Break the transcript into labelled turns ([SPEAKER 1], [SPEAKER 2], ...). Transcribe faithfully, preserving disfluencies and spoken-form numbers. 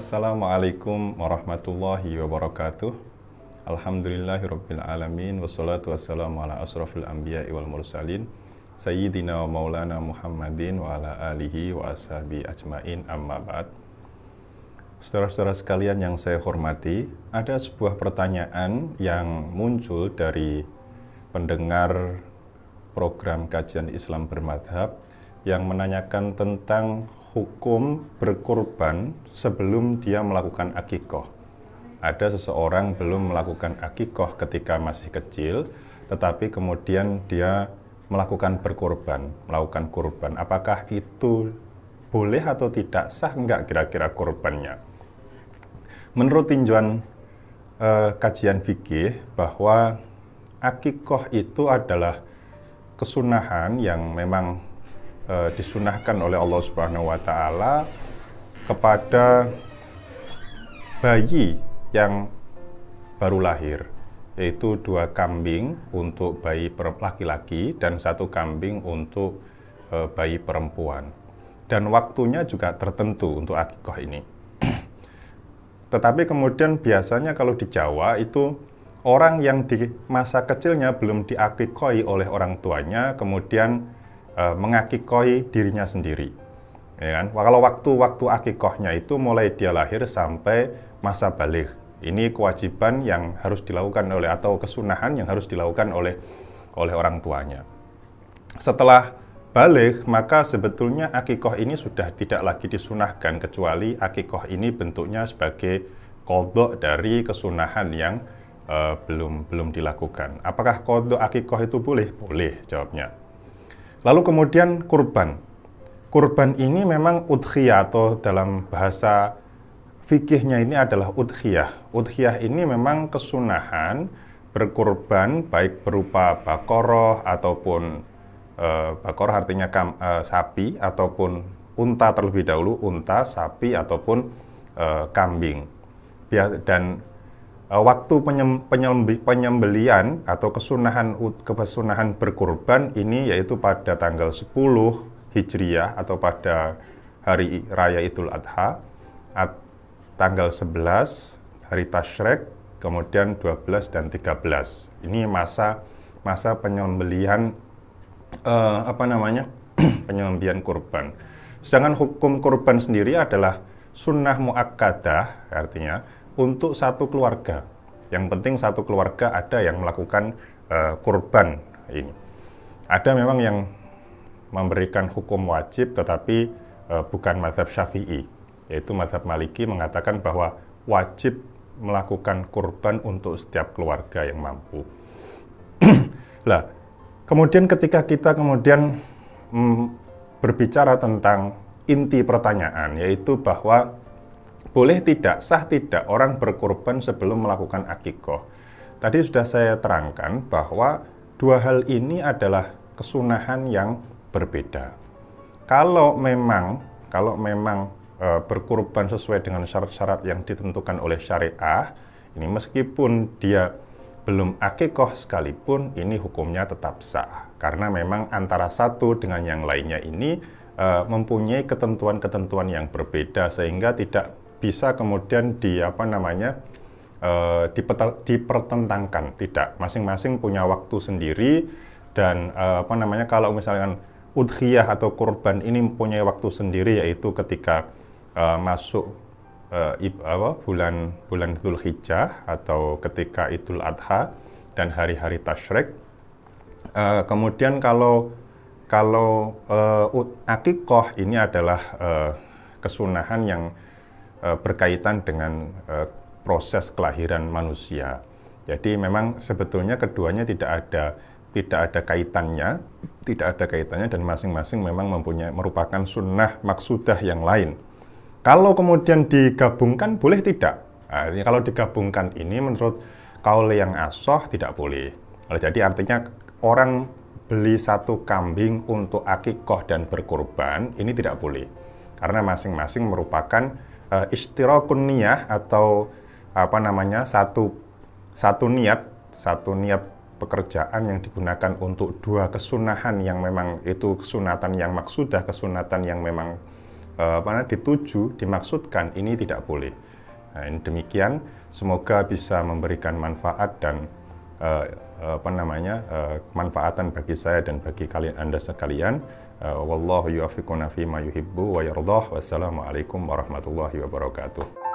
[SPEAKER 1] Assalamualaikum warahmatullahi wabarakatuh. Alhamdulillahirabbil alamin wassalatu wassalamu ala asrofil anbiya'i wal mursalin sayyidina wa maulana Muhammadin wa ala alihi wa ashabi ajmain, amma ba'd. Saudara-saudara sekalian yang saya hormati, ada sebuah pertanyaan yang muncul dari pendengar program kajian Islam bermadhab yang menanyakan tentang hukum berkurban sebelum dia melakukan akikoh. Ada seseorang belum melakukan akikoh ketika masih kecil, tetapi kemudian dia melakukan berkurban, melakukan kurban. Apakah itu boleh atau tidak? Sah enggak kira-kira kurbannya? Menurut tinjauan eh, kajian fikih bahwa akikoh itu adalah kesunahan yang memang e, disunahkan oleh Allah Subhanahu wa taala kepada bayi yang baru lahir, yaitu dua kambing untuk bayi laki-laki dan satu kambing untuk e, bayi perempuan. Dan waktunya juga tertentu untuk akikoh ini. Tetapi kemudian biasanya kalau di Jawa itu orang yang di masa kecilnya belum diakikoi oleh orang tuanya, kemudian e, mengakikoi dirinya sendiri. Ya kan? Kalau waktu-waktu akikohnya itu mulai dia lahir sampai masa baligh. Ini kewajiban yang harus dilakukan oleh, atau kesunahan yang harus dilakukan oleh oleh orang tuanya. Setelah baligh, maka sebetulnya akikoh ini sudah tidak lagi disunahkan, kecuali akikoh ini bentuknya sebagai qadha dari kesunahan yang Uh, belum belum dilakukan. Apakah qadha akikoh itu boleh? Boleh, jawabnya. Lalu kemudian kurban. Kurban ini memang udhiyah, atau dalam bahasa fikihnya ini adalah udhiyah. Udhiyah ini memang kesunahan berkurban, baik berupa bakoroh ataupun uh, bakoroh artinya kam, uh, sapi, ataupun unta terlebih dahulu, unta, sapi, ataupun uh, kambing. Dan waktu penyembelian atau kesunahan kesunahan berkurban ini yaitu pada tanggal sepuluh Hijriyah atau pada hari raya Idul Adha, tanggal sebelas hari Tasyrik, kemudian dua belas dan tiga belas. Ini masa masa penyembelihan eh, apa namanya? penyembelihan kurban. Sedangkan hukum kurban sendiri adalah sunnah muakkadah, artinya untuk satu keluarga. Yang penting satu keluarga ada yang melakukan uh, kurban ini. Ada memang yang memberikan hukum wajib, tetapi uh, bukan mazhab Syafi'i, yaitu mazhab Maliki mengatakan bahwa wajib melakukan kurban untuk setiap keluarga yang mampu. Lah, kemudian ketika kita kemudian mm, berbicara tentang inti pertanyaan, yaitu bahwa boleh tidak, sah tidak orang berkurban sebelum melakukan akikoh. Tadi sudah saya terangkan bahwa dua hal ini adalah kesunahan yang berbeda. Kalau memang kalau memang e, berkurban sesuai dengan syarat-syarat yang ditentukan oleh syariah, ini meskipun dia belum akikoh sekalipun, ini hukumnya tetap sah. Karena memang antara satu dengan yang lainnya ini e, mempunyai ketentuan-ketentuan yang berbeda, sehingga tidak bisa kemudian di apa namanya uh, dipertentangkan. Tidak, masing-masing punya waktu sendiri, dan uh, apa namanya kalau misalkan udhiyah atau kurban ini mempunyai waktu sendiri, yaitu ketika uh, masuk uh, ib, apa, bulan bulan Dzulhijjah atau ketika Idul Adha dan hari-hari Tasyrik. Uh, kemudian kalau kalau uh, akikoh ini adalah uh, kesunahan yang berkaitan dengan uh, proses kelahiran manusia. Jadi memang sebetulnya keduanya tidak ada tidak ada kaitannya, tidak ada kaitannya dan masing-masing memang mempunyai merupakan sunnah maksudah yang lain. Kalau kemudian digabungkan boleh tidak? Nah, ini kalau digabungkan ini menurut kaul yang asoh tidak boleh. Jadi artinya orang beli satu kambing untuk akikoh dan berkurban ini tidak boleh, karena masing-masing merupakan Uh, istirakun niyah, atau apa namanya satu satu niat satu niat pekerjaan yang digunakan untuk dua kesunahan yang memang itu kesunatan yang maksudah, kesunatan yang memang apa namanya, dituju, dimaksudkan ini tidak boleh. Nah, ini demikian, semoga bisa memberikan manfaat dan uh, apa namanya uh, kemanfaatan bagi saya dan bagi kalian Anda sekalian. Uh, wallahu yuwaffiquna fi ma yuhibbu wa yardah. Wassalamualaikum warahmatullahi wabarakatuh.